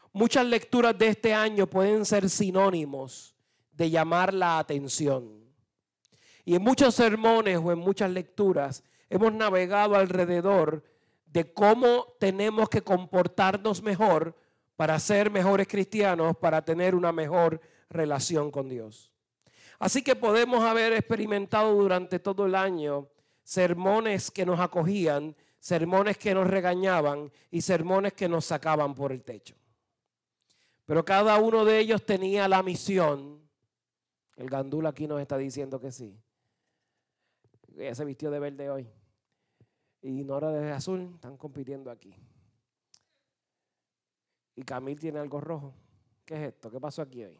Muchas lecturas de este año pueden ser sinónimos de llamar la atención. Y en muchos sermones o en muchas lecturas hemos navegado alrededor de cómo tenemos que comportarnos mejor para ser mejores cristianos, para tener una mejor relación con Dios. Así que podemos haber experimentado durante todo el año sermones que nos acogían, sermones que nos regañaban y sermones que nos sacaban por el techo. Pero cada uno de ellos tenía la misión. El gandul aquí nos está diciendo que sí. Ella se vistió de verde hoy. Y Nora de azul, están compitiendo aquí. Y Camil tiene algo rojo. ¿Qué es esto? ¿Qué pasó aquí hoy?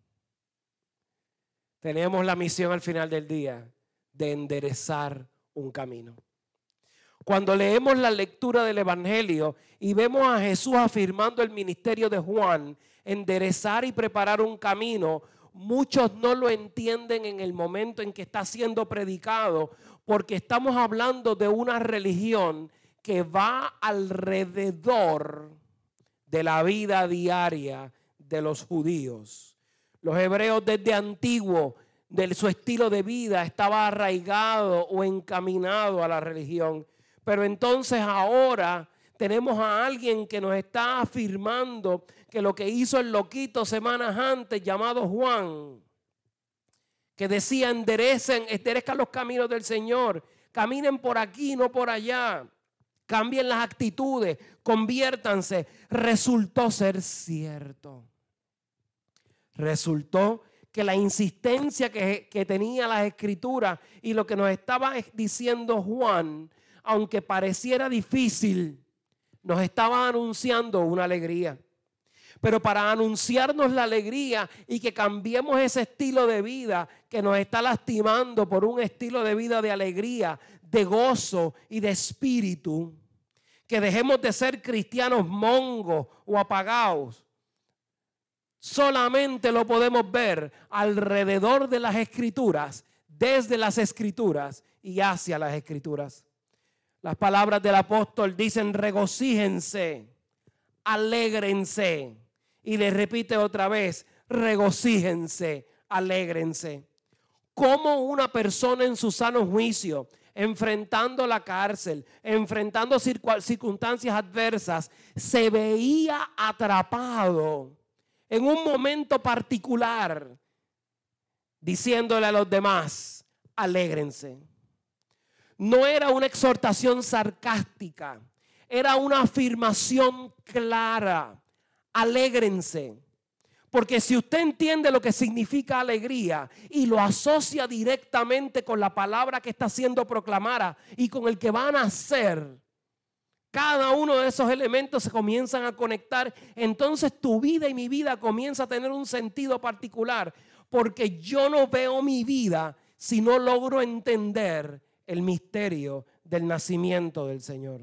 Tenemos la misión al final del día de enderezar un camino. Cuando leemos la lectura del Evangelio y vemos a Jesús afirmando el ministerio de Juan, enderezar y preparar un camino, muchos no lo entienden en el momento en que está siendo predicado, porque estamos hablando de una religión que va alrededor de la vida diaria de los judíos. Los hebreos desde antiguo, de su estilo de vida, estaba arraigado o encaminado a la religión. Pero entonces ahora tenemos a alguien que nos está afirmando que lo que hizo el loquito semanas antes, llamado Juan, que decía enderezcan los caminos del Señor, caminen por aquí, no por allá, cambien las actitudes, conviértanse, resultó ser cierto. Resultó que la insistencia que tenía las Escrituras y lo que nos estaba diciendo Juan, aunque pareciera difícil, nos estaba anunciando una alegría. Pero para anunciarnos la alegría y que cambiemos ese estilo de vida que nos está lastimando por un estilo de vida de alegría, de gozo y de espíritu, que dejemos de ser cristianos mongos o apagados, solamente lo podemos ver alrededor de las Escrituras, desde las Escrituras y hacia las Escrituras. Las palabras del apóstol dicen regocíjense, alégrense. Y le repite otra vez, regocíjense, alégrense. Como una persona en su sano juicio, enfrentando la cárcel, enfrentando circunstancias adversas, se veía atrapado en un momento particular, diciéndole a los demás, alégrense. No era una exhortación sarcástica, era una afirmación clara. Alégrense, porque si usted entiende lo que significa alegría y lo asocia directamente con la palabra que está siendo proclamada y con el que van a nacer, cada uno de esos elementos se comienzan a conectar. Entonces tu vida y mi vida comienza a tener un sentido particular, porque yo no veo mi vida si no logro entender el misterio del nacimiento del Señor.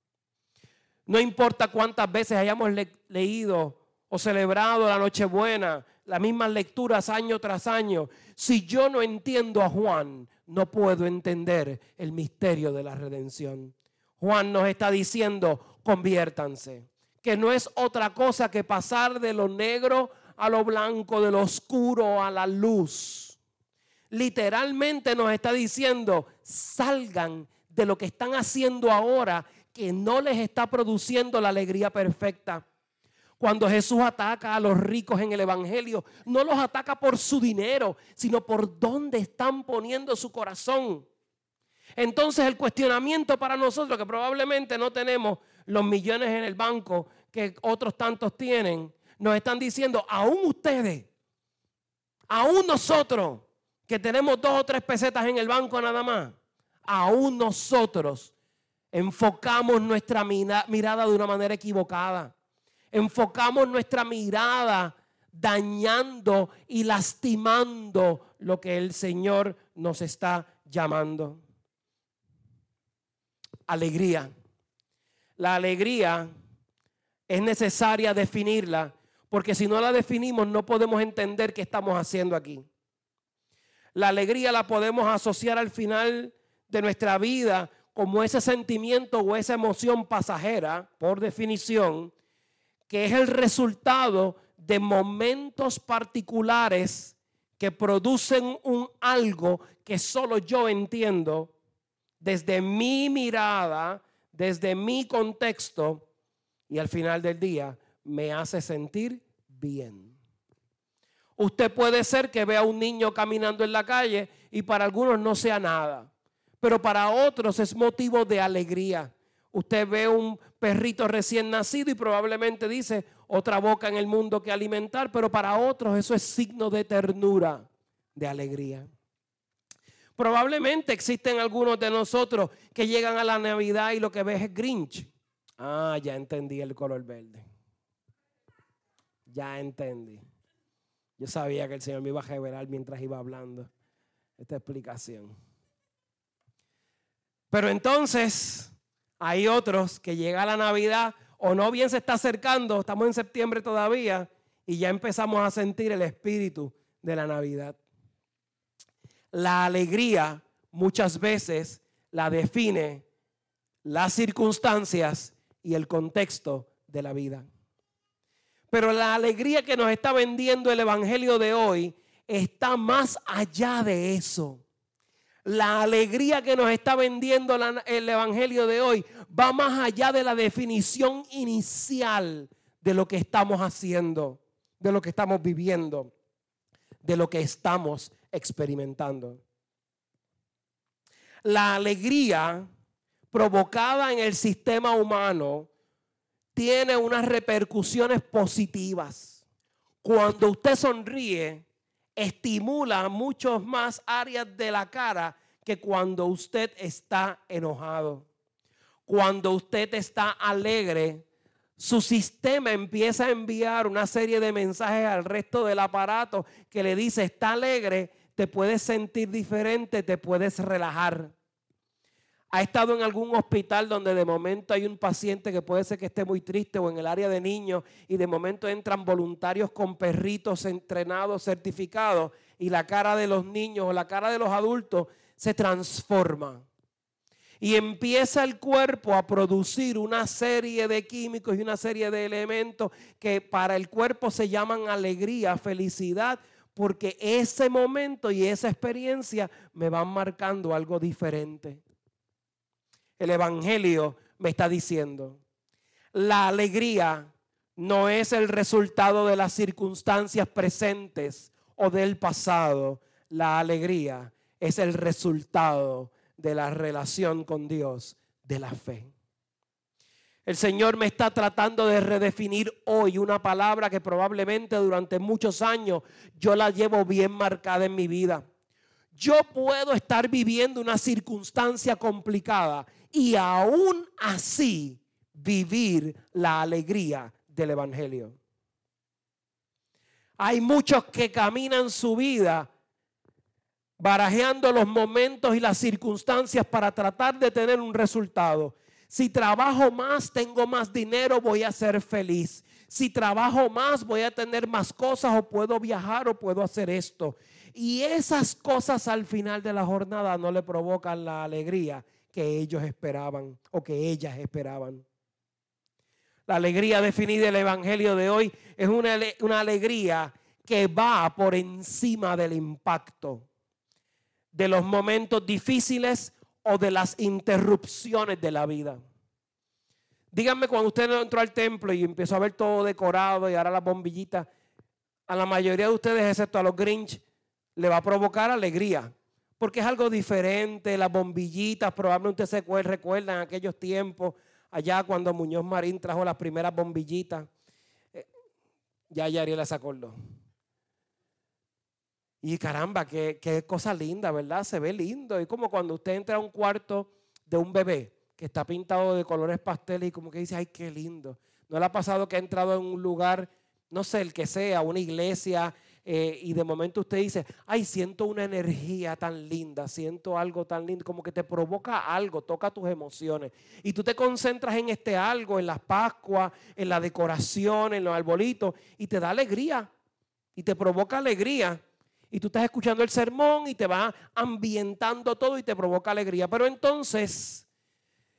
No importa cuántas veces hayamos leído o celebrado la Nochebuena, las mismas lecturas año tras año, si yo no entiendo a Juan, no puedo entender el misterio de la redención. Juan nos está diciendo, conviértanse, que no es otra cosa que pasar de lo negro a lo blanco, de lo oscuro a la luz. Literalmente nos está diciendo, salgan de lo que están haciendo ahora, que no les está produciendo la alegría perfecta. Cuando Jesús ataca a los ricos en el Evangelio, no los ataca por su dinero, sino por dónde están poniendo su corazón. Entonces el cuestionamiento para nosotros, que probablemente no tenemos los millones en el banco que otros tantos tienen, nos están diciendo, aún ustedes, aún nosotros, que tenemos 2 o 3 pesetas en el banco nada más, aún nosotros enfocamos nuestra mirada de una manera equivocada. Enfocamos nuestra mirada dañando y lastimando lo que el Señor nos está llamando. Alegría. La alegría es necesaria definirla, porque si no la definimos no podemos entender qué estamos haciendo aquí. La alegría la podemos asociar al final de nuestra vida como ese sentimiento o esa emoción pasajera, por definición, que es el resultado de momentos particulares que producen un algo que solo yo entiendo desde mi mirada, desde mi contexto, y al final del día me hace sentir bien. Usted puede ser que vea a un niño caminando en la calle y para algunos no sea nada, pero para otros es motivo de alegría. Usted ve un perrito recién nacido y probablemente dice, otra boca en el mundo que alimentar, pero para otros eso es signo de ternura, de alegría. Probablemente existen algunos de nosotros que llegan a la Navidad y lo que ves es Grinch. Ah, ya entendí el color verde. Ya entendí. Yo sabía que el Señor me iba a revelar mientras iba hablando esta explicación. Pero entonces hay otros que llega la Navidad o no bien se está acercando, estamos en septiembre todavía y ya empezamos a sentir el espíritu de la Navidad. La alegría muchas veces la define las circunstancias y el contexto de la vida. Pero la alegría que nos está vendiendo el evangelio de hoy está más allá de eso. La alegría que nos está vendiendo el evangelio de hoy va más allá de la definición inicial de lo que estamos haciendo, de lo que estamos viviendo, de lo que estamos experimentando. La alegría provocada en el sistema humano tiene unas repercusiones positivas. Cuando usted sonríe, estimula muchas más áreas de la cara que cuando usted está enojado. Cuando usted está alegre, su sistema empieza a enviar una serie de mensajes al resto del aparato que le dice, está alegre, te puedes sentir diferente, te puedes relajar. ¿Ha estado en algún hospital donde de momento hay un paciente que puede ser que esté muy triste o en el área de niños y de momento entran voluntarios con perritos entrenados, certificados y la cara de los niños o la cara de los adultos se transforma? Y empieza el cuerpo a producir una serie de químicos y una serie de elementos que para el cuerpo se llaman alegría, felicidad, porque ese momento y esa experiencia me van marcando algo diferente. El evangelio me está diciendo, la alegría no es el resultado de las circunstancias presentes o del pasado. La alegría es el resultado de la relación con Dios, de la fe. El Señor me está tratando de redefinir hoy una palabra que probablemente durante muchos años yo la llevo bien marcada en mi vida. Yo puedo estar viviendo una circunstancia complicada y aún así vivir la alegría del evangelio. Hay muchos que caminan su vida barajeando los momentos y las circunstancias para tratar de tener un resultado. Si trabajo más, tengo más dinero, voy a ser feliz. Si trabajo más, voy a tener más cosas o puedo viajar o puedo hacer esto. Y esas cosas al final de la jornada no le provocan la alegría que ellos esperaban o que ellas esperaban. La alegría definida en el evangelio de hoy es una alegría que va por encima del impacto de los momentos difíciles o de las interrupciones de la vida. Díganme, cuando usted entró al templo y empezó a ver todo decorado y ahora las bombillitas, a la mayoría de ustedes, excepto a los Grinch, le va a provocar alegría, porque es algo diferente. Las bombillitas, probablemente usted se recuerda en aquellos tiempos, allá cuando Muñoz Marín trajo las primeras bombillitas. Ya Ariel se acordó. Y caramba, qué cosa linda, ¿verdad? Se ve lindo. Es como cuando usted entra a un cuarto de un bebé que está pintado de colores pasteles y como que dice, ay, qué lindo. ¿No le ha pasado que ha entrado en un lugar, no sé, el que sea, una iglesia, y de momento usted dice, ay, siento una energía tan linda, siento algo tan lindo, como que te provoca algo, toca tus emociones. Y tú te concentras en este algo, en las Pascuas, en la decoración, en los arbolitos, y te da alegría, y te provoca alegría. Y tú estás escuchando el sermón y te va ambientando todo y te provoca alegría. Pero entonces,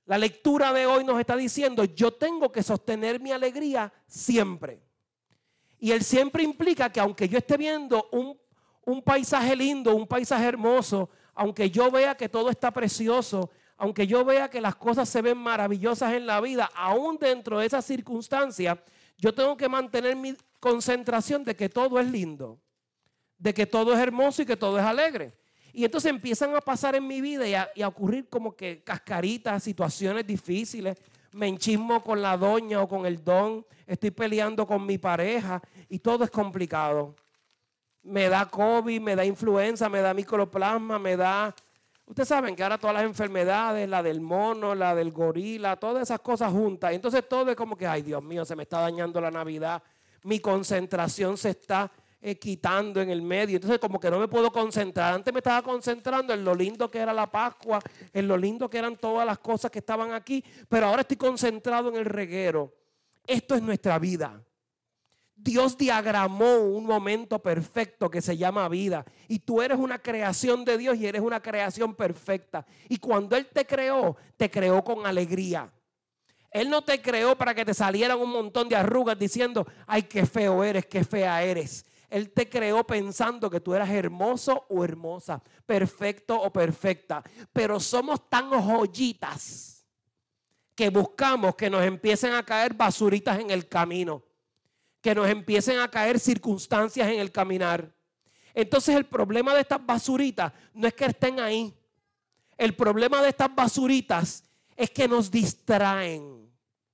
La lectura de hoy nos está diciendo, yo tengo que sostener mi alegría siempre. Y el siempre implica que aunque yo esté viendo un paisaje lindo, un paisaje hermoso, aunque yo vea que todo está precioso, aunque yo vea que las cosas se ven maravillosas en la vida, aún dentro de esas circunstancias, yo tengo que mantener mi concentración de que todo es lindo, de que todo es hermoso y que todo es alegre. Y entonces empiezan a pasar en mi vida y a ocurrir como que cascaritas, situaciones difíciles. Me enchismo con la doña o con el don, estoy peleando con mi pareja y todo es complicado. Me da COVID, me da influenza, me da micoplasma, me da... Ustedes saben que ahora todas las enfermedades, la del mono, la del gorila, todas esas cosas juntas. Entonces todo es como que, ay Dios mío, se me está dañando la Navidad. Mi concentración se está quitando en el medio. Entonces como que no me puedo concentrar. Antes me estaba concentrando en lo lindo que era la Pascua, en lo lindo que eran todas las cosas que estaban aquí. Pero ahora estoy concentrado en el reguero. Esto es nuestra vida. Dios diagramó un momento perfecto que se llama vida. Y tú eres una creación de Dios y eres una creación perfecta. Y cuando Él te creó con alegría. Él no te creó para que te salieran un montón de arrugas diciendo, ay, qué feo eres, qué fea eres. Él te creó pensando que tú eras hermoso o hermosa, perfecto o perfecta. Pero somos tan joyitas que buscamos que nos empiecen a caer basuritas en el camino. Que nos empiecen a caer circunstancias en el caminar. Entonces el problema de estas basuritas no es que estén ahí. El problema de estas basuritas es que nos distraen.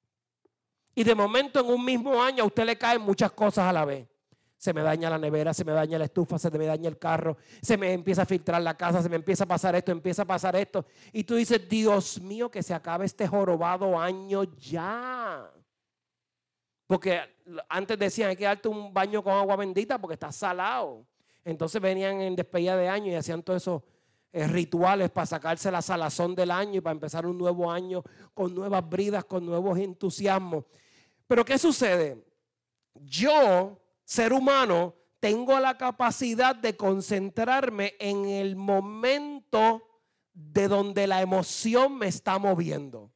Y de momento en un mismo año a usted le caen muchas cosas a la vez. Se me daña la nevera, se me daña la estufa, se me daña el carro, se me empieza a filtrar la casa, se me empieza a pasar esto, empieza a pasar esto. Y tú dices, Dios mío, que se acabe este jorobado año ya. Porque antes decían, hay que darte un baño con agua bendita porque está salado. Entonces venían en despedida de año y hacían todos esos rituales para sacarse la salazón del año y para empezar un nuevo año con nuevas bridas, con nuevos entusiasmos. Pero ¿qué sucede? Yo, ser humano, tengo la capacidad de concentrarme en el momento de donde la emoción me está moviendo.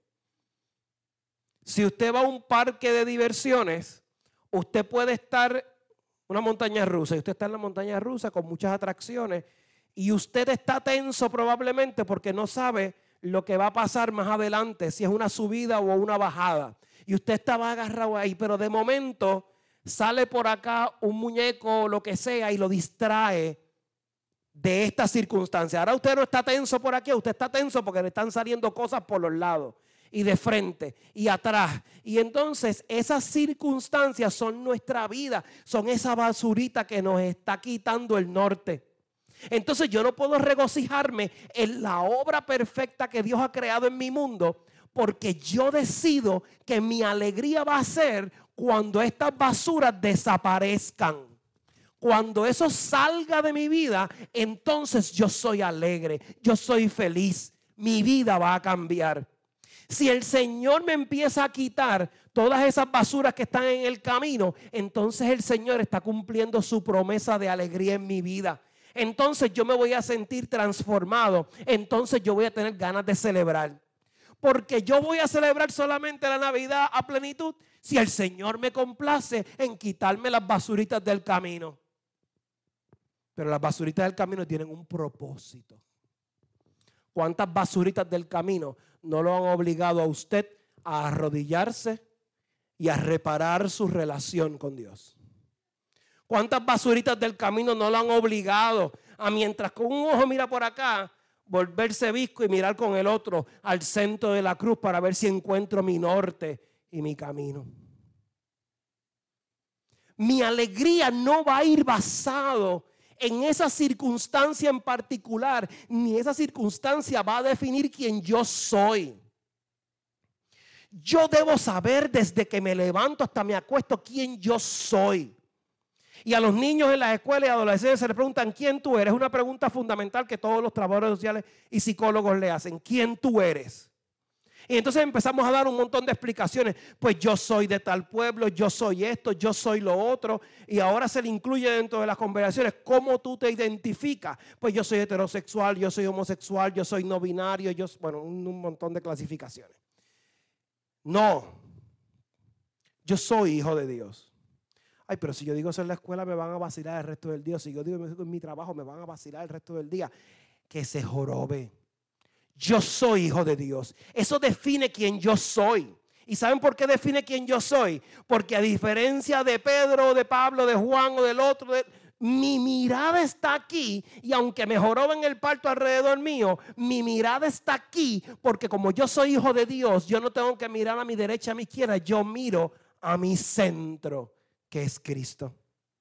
Si usted va a un parque de diversiones, usted puede estar una montaña rusa y usted está en la montaña rusa con muchas atracciones y usted está tenso probablemente porque no sabe lo que va a pasar más adelante, si es una subida o una bajada. Y usted estaba agarrado ahí, pero de momento sale por acá un muñeco o lo que sea y lo distrae de esta circunstancia. Ahora usted no está tenso por aquí, usted está tenso porque le están saliendo cosas por los lados y de frente y atrás. Y entonces esas circunstancias son nuestra vida, son esa basurita que nos está quitando el norte. Entonces yo no puedo regocijarme en la obra perfecta que Dios ha creado en mi mundo, porque yo decido que mi alegría va a ser cuando estas basuras desaparezcan. Cuando eso salga de mi vida, entonces yo soy alegre, yo soy feliz, mi vida va a cambiar. Si el Señor me empieza a quitar todas esas basuras que están en el camino, entonces el Señor está cumpliendo su promesa de alegría en mi vida. Entonces yo me voy a sentir transformado. Entonces yo voy a tener ganas de celebrar. Porque yo voy a celebrar solamente la Navidad a plenitud si el Señor me complace en quitarme las basuritas del camino. Pero las basuritas del camino tienen un propósito. ¿Cuántas basuritas del camino no lo han obligado a usted a arrodillarse y a reparar su relación con Dios? ¿Cuántas basuritas del camino no lo han obligado a, mientras con un ojo mira por acá, volverse visco y mirar con el otro al centro de la cruz para ver si encuentro mi norte y mi camino? Mi alegría no va a ir basado en esa circunstancia en particular, ni esa circunstancia va a definir quién yo soy. Yo debo saber desde que me levanto hasta me acuesto quién yo soy. Y a los niños en las escuelas y adolescentes se les preguntan ¿quién tú eres? Es una pregunta fundamental que todos los trabajadores sociales y psicólogos le hacen. ¿Quién tú eres? Y entonces empezamos a dar un montón de explicaciones. Pues yo soy de tal pueblo, yo soy esto, yo soy lo otro. Y ahora se le incluye dentro de las conversaciones cómo tú te identificas. Pues yo soy heterosexual, yo soy homosexual, yo soy no binario, bueno, un montón de clasificaciones. No, yo soy hijo de Dios. Ay, pero si yo digo eso en la escuela me van a vacilar el resto del día. Si yo digo eso en mi trabajo me van a vacilar el resto del día. Que se jorobe. Yo soy hijo de Dios. Eso define quién yo soy. ¿Y saben por qué define quién yo soy? Porque a diferencia de Pedro, de Pablo, de Juan o del otro, mi mirada está aquí. Y aunque me joroben el parto alrededor mío, mi mirada está aquí. Porque como yo soy hijo de Dios, yo no tengo que mirar a mi derecha, a mi izquierda. Yo miro a mi centro, que es Cristo.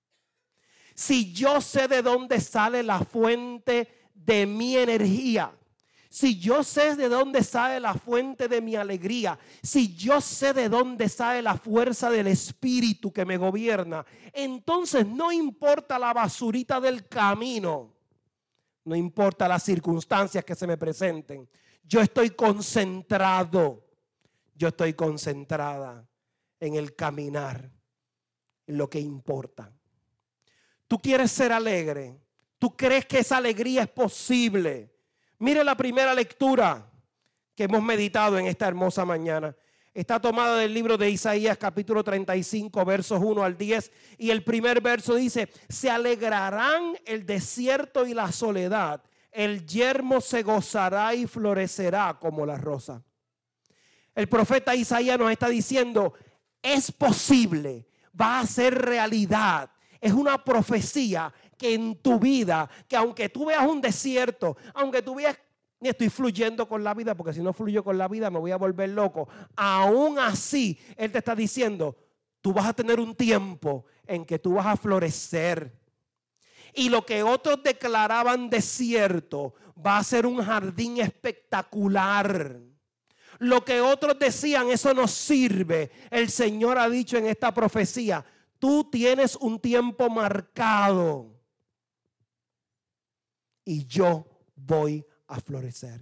Si yo sé de dónde sale la fuente de mi energía, si yo sé de dónde sale la fuente de mi alegría, si yo sé de dónde sale la fuerza del Espíritu que me gobierna, entonces no importa la basurita del camino, no importa las circunstancias que se me presenten, yo estoy concentrado, yo estoy concentrada en el caminar, en lo que importa. Tú quieres ser alegre, tú crees que esa alegría es posible. Mire la primera lectura que hemos meditado en esta hermosa mañana. Está tomada del libro de Isaías capítulo 35 versos 1 al 10. Y el primer verso dice: se alegrarán el desierto y la soledad. El yermo se gozará y florecerá como la rosa. El profeta Isaías nos está diciendo: es posible, va a ser realidad. Es una profecía que en tu vida, que aunque tú veas un desierto, aunque tú veas, estoy fluyendo con la vida, porque si no fluyo con la vida me voy a volver loco. Aún así, Él te está diciendo, tú vas a tener un tiempo en que tú vas a florecer. Y lo que otros declaraban desierto va a ser un jardín espectacular. Lo que otros decían, eso no sirve. El Señor ha dicho en esta profecía, tú tienes un tiempo marcado y yo voy a florecer.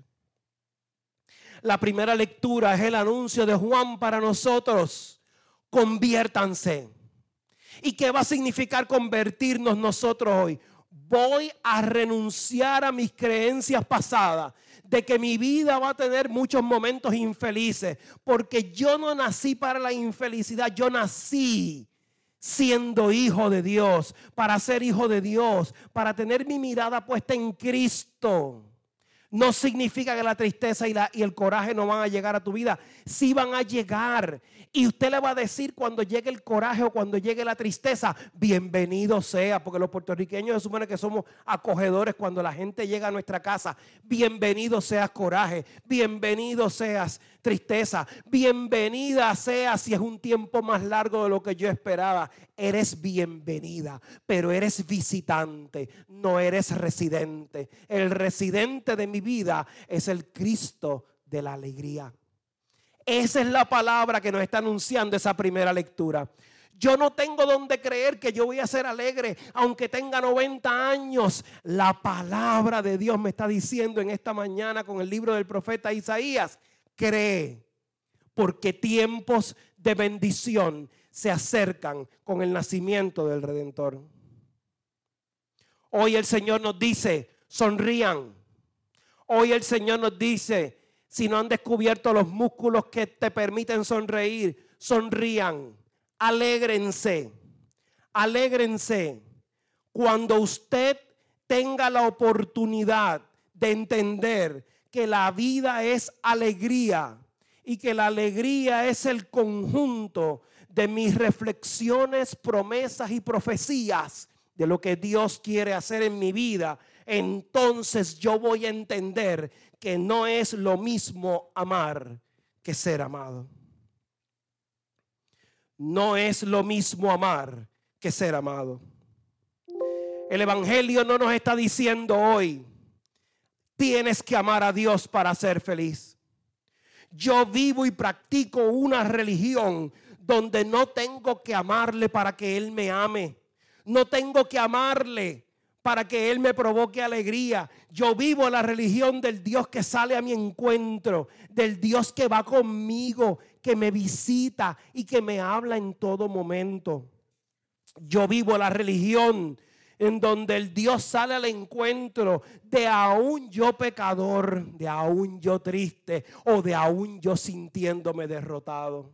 La primera lectura es el anuncio de Juan para nosotros: conviértanse. ¿Y qué va a significar convertirnos nosotros hoy? Voy a renunciar a mis creencias pasadas de que mi vida va a tener muchos momentos infelices, porque yo no nací para la infelicidad, yo nací siendo hijo de Dios, para ser hijo de Dios, para tener mi mirada puesta en Cristo. No significa que la tristeza y el coraje no van a llegar a tu vida. Sí van a llegar. Y usted le va a decir cuando llegue el coraje o cuando llegue la tristeza, bienvenido sea, porque los puertorriqueños se supone que somos acogedores cuando la gente llega a nuestra casa. Bienvenido seas coraje, bienvenido seas tristeza, bienvenida seas si es un tiempo más largo de lo que yo esperaba. Eres bienvenida, pero eres visitante, no eres residente. El residente de mi vida es el Cristo de la alegría. Esa es la palabra que nos está anunciando esa primera lectura. Yo no tengo donde creer que yo voy a ser alegre aunque tenga 90 años. La palabra de Dios me está diciendo en esta mañana con el libro del profeta Isaías: cree, porque tiempos de bendición se acercan con el nacimiento del Redentor. Hoy el Señor nos dice: sonrían. Hoy el Señor nos dice: si no han descubierto los músculos que te permiten sonreír, sonrían, alégrense, alégrense. Cuando usted tenga la oportunidad de entender que la vida es alegría y que la alegría es el conjunto de mis reflexiones, promesas y profecías de lo que Dios quiere hacer en mi vida, entonces yo voy a entender que no es lo mismo amar que ser amado. No es lo mismo amar que ser amado. El Evangelio no nos está diciendo hoy: tienes que amar a Dios para ser feliz. Yo vivo y practico una religión donde no tengo que amarle para que Él me ame. No tengo que amarle para que Él me provoque alegría. Yo vivo la religión del Dios que sale a mi encuentro, del Dios que va conmigo, que me visita y que me habla en todo momento. Yo vivo la religión en donde el Dios sale al encuentro de aún yo pecador, de aún yo triste o de aún yo sintiéndome derrotado.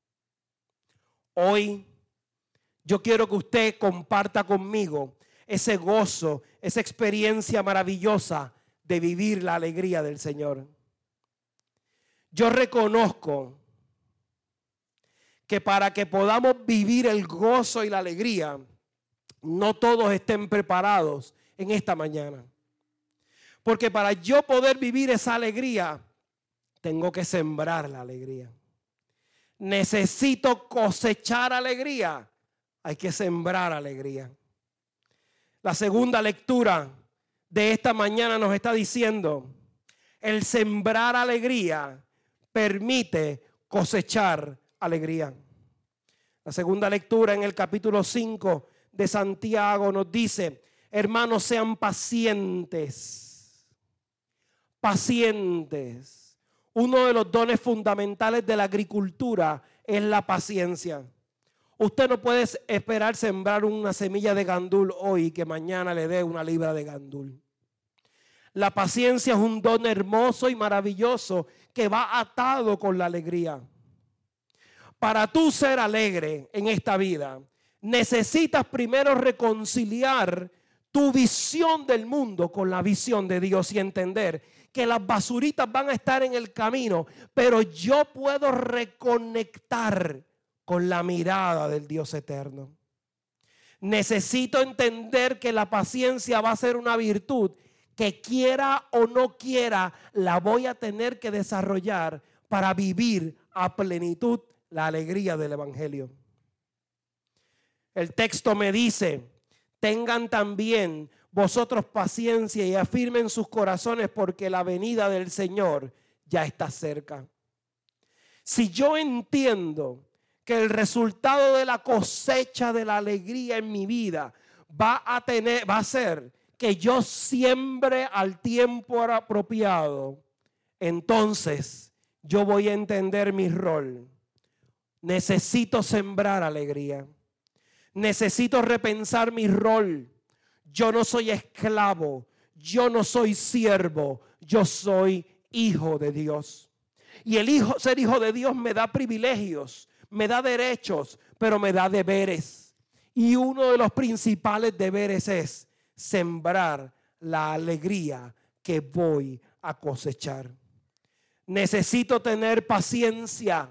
Hoy yo quiero que usted comparta conmigo ese gozo, esa experiencia maravillosa de vivir la alegría del Señor. Yo reconozco que para que podamos vivir el gozo y la alegría, no todos estén preparados en esta mañana. Porque para yo poder vivir esa alegría, tengo que sembrar la alegría. Necesito cosechar alegría. Hay que sembrar alegría. La segunda lectura de esta mañana nos está diciendo: el sembrar alegría permite cosechar alegría. La segunda lectura en el capítulo 5 de Santiago nos dice: hermanos, sean pacientes. Pacientes. Uno de los dones fundamentales de la agricultura es la paciencia. Usted no puede esperar sembrar una semilla de gandul hoy y que mañana le dé una libra de gandul. La paciencia es un don hermoso y maravilloso que va atado con la alegría. Para tú ser alegre en esta vida, necesitas primero reconciliar tu visión del mundo con la visión de Dios y entender que las basuritas van a estar en el camino, pero yo puedo reconectar con la mirada del Dios eterno. Necesito entender que la paciencia va a ser una virtud que quiera o no quiera, la voy a tener que desarrollar para vivir a plenitud la alegría del evangelio. El texto me dice: tengan también vosotros paciencia y afirmen sus corazones, porque la venida del Señor ya está cerca. Si yo entiendo que el resultado de la cosecha de la alegría en mi vida va a ser que yo siembre al tiempo apropiado, entonces yo voy a entender mi rol. Necesito sembrar alegría. Necesito repensar mi rol. Yo no soy esclavo, yo no soy siervo, yo soy hijo de Dios. Y ser hijo de Dios me da privilegios, me da derechos, pero me da deberes. Y uno de los principales deberes es sembrar la alegría que voy a cosechar. Necesito tener paciencia.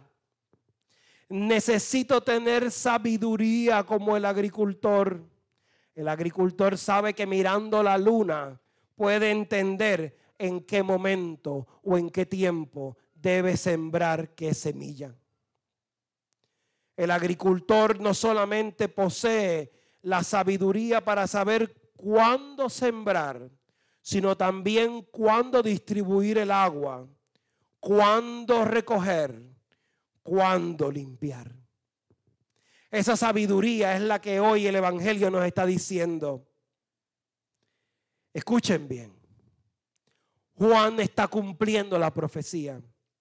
Necesito tener sabiduría como el agricultor. El agricultor sabe que mirando la luna puede entender en qué momento o en qué tiempo debe sembrar qué semilla. El agricultor no solamente posee la sabiduría para saber cuándo sembrar, sino también cuándo distribuir el agua, cuándo recoger, cuándo limpiar. Esa sabiduría es la que hoy el evangelio nos está diciendo. Escuchen bien. Juan está cumpliendo la profecía.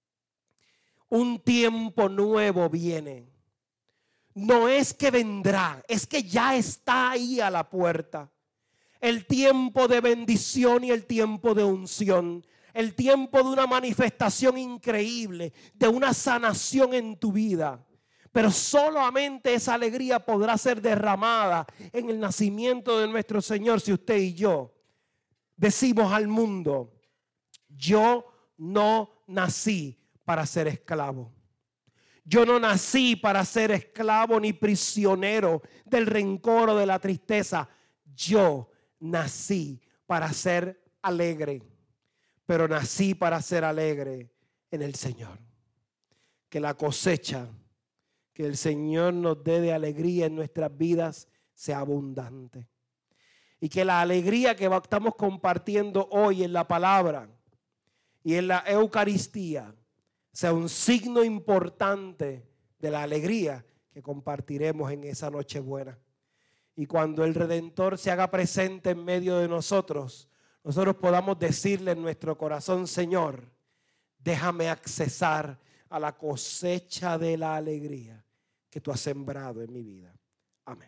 Un tiempo nuevo viene. No es que vendrá, es que ya está ahí a la puerta. El tiempo de bendición y el tiempo de unción. El tiempo de una manifestación increíble, de una sanación en tu vida. Pero solamente esa alegría podrá ser derramada en el nacimiento de nuestro Señor si usted y yo decimos al mundo: yo no nací para ser esclavo. Yo no nací para ser esclavo ni prisionero del rencor o de la tristeza. Yo nací para ser alegre, pero nací para ser alegre en el Señor. Que la cosecha que el Señor nos dé de alegría en nuestras vidas sea abundante. Y que la alegría que estamos compartiendo hoy en la palabra y en la Eucaristía sea un signo importante de la alegría que compartiremos en esa Nochebuena. Y cuando el Redentor se haga presente en medio de nosotros, nosotros podamos decirle en nuestro corazón: Señor, déjame accesar a la cosecha de la alegría que tú has sembrado en mi vida.